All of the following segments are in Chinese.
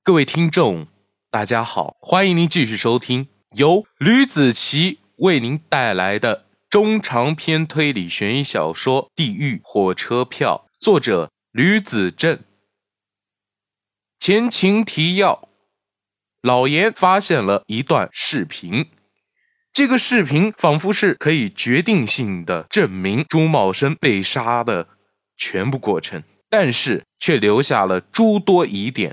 各位听众大家好，欢迎您继续收听由吕子奇为您带来的中长篇推理悬疑小说《地狱火车票》，作者吕子正。前情提要，老严发现了一段视频，这个视频仿佛是可以决定性的证明朱茂生被杀的全部过程，但是却留下了诸多疑点。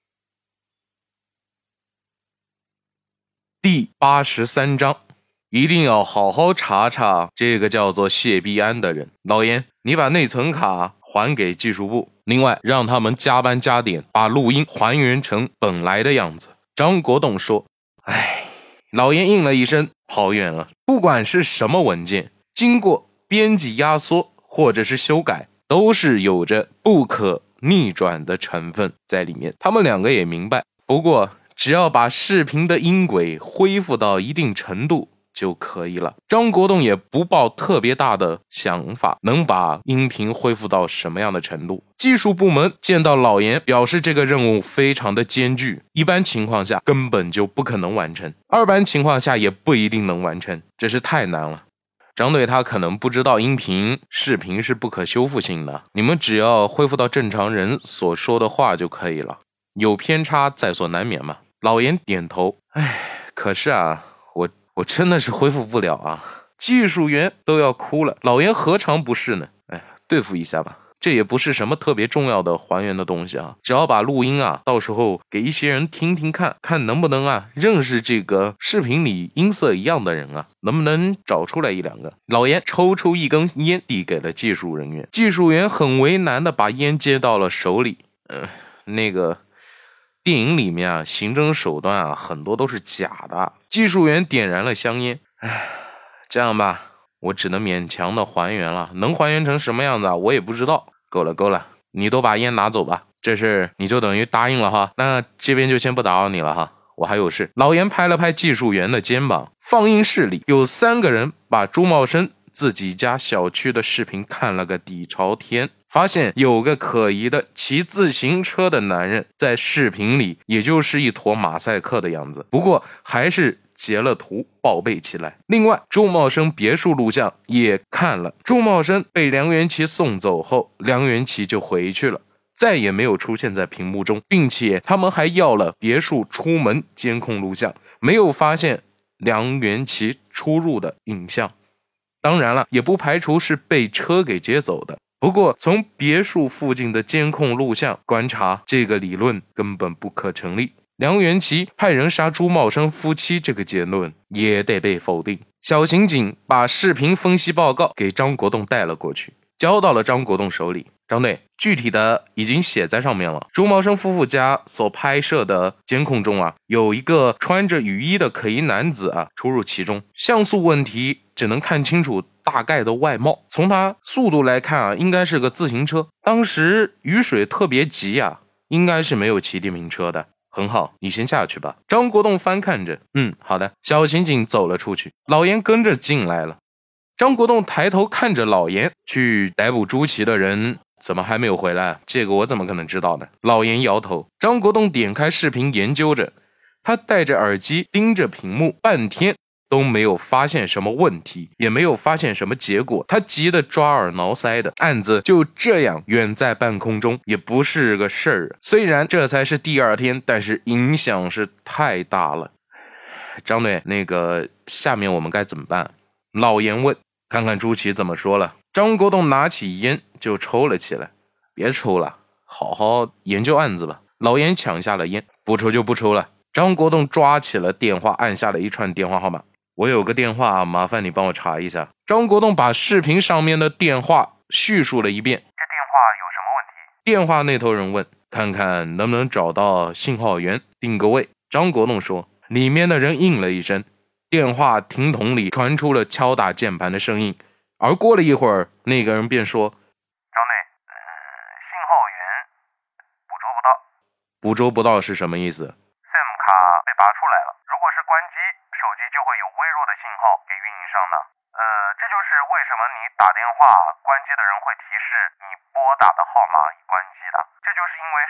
第83章，一定要好好查查这个叫做谢必安的人。老严，你把内存卡还给技术部，另外让他们加班加点，把录音还原成本来的样子。张国栋说：老严应了一声，跑远了。不管是什么文件，经过编辑压缩或者是修改，都是有着不可逆转的成分在里面。他们两个也明白，不过只要把视频的音轨恢复到一定程度就可以了。张国栋也不抱特别大的想法，能把音频恢复到什么样的程度。技术部门见到老严，表示这个任务非常的艰巨，一般情况下根本就不可能完成，二般情况下也不一定能完成，这是太难了。张队他可能不知道音频视频是不可修复性的，你们只要恢复到正常人所说的话就可以了，有偏差在所难免嘛。老严点头，可是啊，我真的是恢复不了啊，技术员都要哭了，老严何尝不是呢？对付一下吧，这也不是什么特别重要的还原的东西啊，只要把录音啊，到时候给一些人听听看，看能不能啊认识这个视频里音色一样的人啊，能不能找出来一两个。老严抽出一根烟递给了技术人员，技术员很为难的把烟接到了手里。那个电影里面啊，刑侦手段啊，很多都是假的。技术员点燃了香烟，这样吧，我只能勉强的还原了，能还原成什么样子啊，我也不知道。够了，你都把烟拿走吧，这事你就等于答应了哈。那这边就先不打扰你了哈，我还有事。老严拍了拍技术员的肩膀。放映室里有3个人把朱茂生自己家小区的视频看了个底朝天，发现有个可疑的骑自行车的男人在视频里也就是一坨马赛克的样子，不过还是截了图报备起来。另外朱茂生别墅录像也看了，朱茂生被梁元奇送走后，梁元奇就回去了，再也没有出现在屏幕中，并且他们还要了别墅出门监控录像，没有发现梁元奇出入的影像。当然了，也不排除是被车给接走的，不过从别墅附近的监控录像观察，这个理论根本不可成立。梁元奇派人杀朱茂生夫妻这个结论也得被否定。小刑警把视频分析报告给张国栋带了过去，交到了张国栋手里。张队，具体的已经写在上面了。朱茂生夫妇家所拍摄的监控中啊，有一个穿着雨衣的可疑男子啊出入其中，像素问题只能看清楚大概的外貌，从他速度来看啊，应该是个自行车。当时雨水特别急啊，应该是没有骑电瓶车的。很好，你先下去吧。张国栋翻看着，好的。小刑警走了出去，老严跟着进来了。张国栋抬头看着老严，去逮捕朱祁的人怎么还没有回来？这个我怎么可能知道呢？老严摇头。张国栋点开视频研究着，他戴着耳机盯着屏幕，半天都没有发现什么问题，也没有发现什么结果。他急得抓耳挠腮的，案子就这样远在半空中，也不是个事儿。虽然这才是第2天，但是影响是太大了。张队，那个下面我们该怎么办？老严问。看看朱祁怎么说了。张国栋拿起烟就抽了起来。别抽了，好好研究案子吧。老严抢下了烟。不抽就不抽了。张国栋抓起了电话，按下了一串电话号码。我有个电话，麻烦你帮我查一下。张国栋把视频上面的电话叙述了一遍。 这电话有什么问题？ 电话那头人问。看看能不能找到信号源，定个位。张国栋说。里面的人应了一声。电话听筒里传出了敲打键盘的声音，而过了一会儿，那个人便说： 张队，信号源捕捉不到。 捕捉不到是什么意思？ SIM 卡被拔出来了，如果是关机，手机就会有微弱的信号给运营商的。这就是为什么你打电话关机的人会提示你拨打的号码已关机的，这就是因为手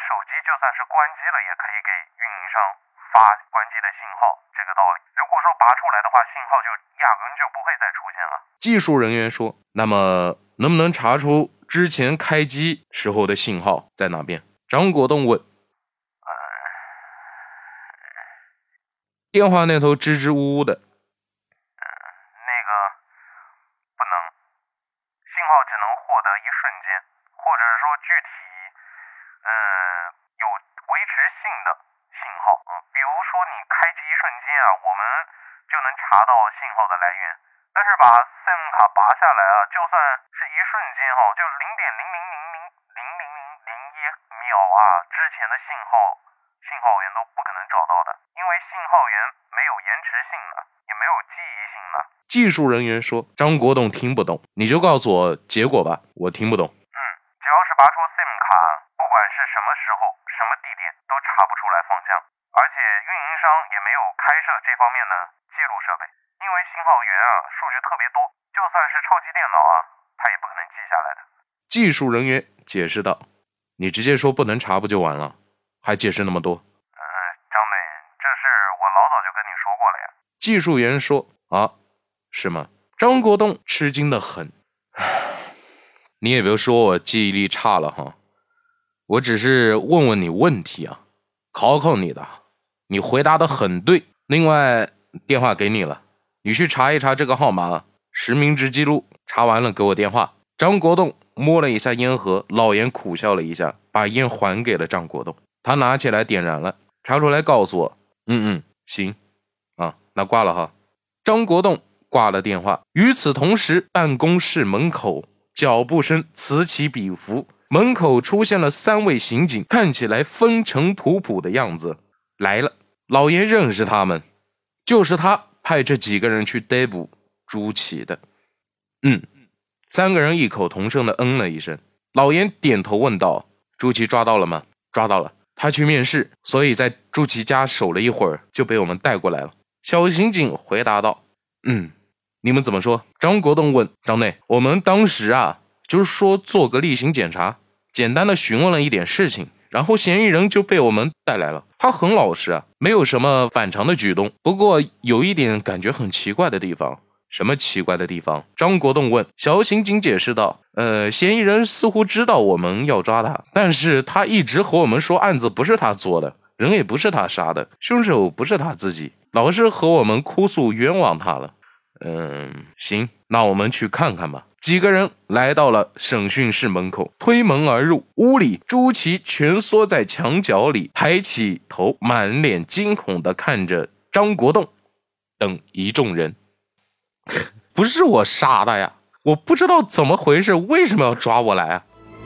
手机就算是关机了，也可以给运营商发关机的信号，这个道理。如果说拔出来的话，信号就压根就不会再出现了。 技术人员说，那么能不能查出之前开机时候的信号在哪边？张国栋问。电话那头支支吾吾的。 那个不能，信号只能获得一瞬间，或者说具体有维持性的信号。比如说你开机一瞬间啊，我们就能查到信号的来源。但是把 SIM 卡拔下来啊，就算是一瞬间哈，就0.00000001秒啊，之前的信号源都不可能找到的，因为信号源没有延迟性的，也没有记忆性的。 技术人员说，张国栋听不懂，你就告诉我结果吧，我听不懂。 只要是拔出 SIM 卡，不管是什么时候、什么地点，都查不出来方向，而且运营商也没有开设这方面的记录设备，因为信号源啊数据特别多，就算是超级电脑啊，它也不可能记下来的。 技术人员解释道，你直接说不能查不就完了，还解释那么多？ 张磊，这事我老早就跟你说过了呀。 技术员说，啊，是吗？张国栋吃惊的很。你也别说我记忆力差了哈，我只是问问你问题啊，考考你的，你回答的很对。另外，电话给你了，你去查一查这个号码实名制记录，查完了给我电话。张国栋摸了一下烟盒，老严苦笑了一下，把烟还给了张国栋。他拿起来点燃了，查出来告诉我，行啊，那挂了哈。张国栋挂了电话。与此同时，办公室门口脚步声此起彼伏，门口出现了3位刑警，看起来风尘仆仆的样子。来了，老严认识他们，就是他派这几个人去逮捕朱祁的。3个人异口同声的了一声。老严点头问道，朱祁抓到了吗？抓到了，他去面试，所以在朱祁家守了一会儿，就被我们带过来了。小刑警回答道，你们怎么说？张国栋问。张内，我们当时啊，就是说做个例行检查，简单的询问了一点事情，然后嫌疑人就被我们带来了。他很老实啊，没有什么反常的举动，不过有一点感觉很奇怪的地方。什么奇怪的地方？张国栋问。小刑警解释道，嫌疑人似乎知道我们要抓他，但是他一直和我们说案子不是他做的，人也不是他杀的，凶手不是他自己，老是和我们哭诉冤枉他了。行，那我们去看看吧。几个人来到了审讯室门口，推门而入。屋里，朱祁蜷缩在墙角里，抬起头，满脸惊恐地看着张国栋等一众人。不是我杀的呀，我不知道怎么回事，为什么要抓我来啊？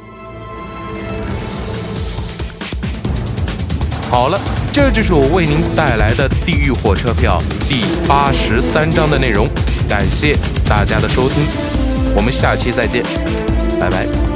好了，这就是我为您带来的《地狱火车票》第83章的内容，感谢大家的收听，我们下期再见，拜拜。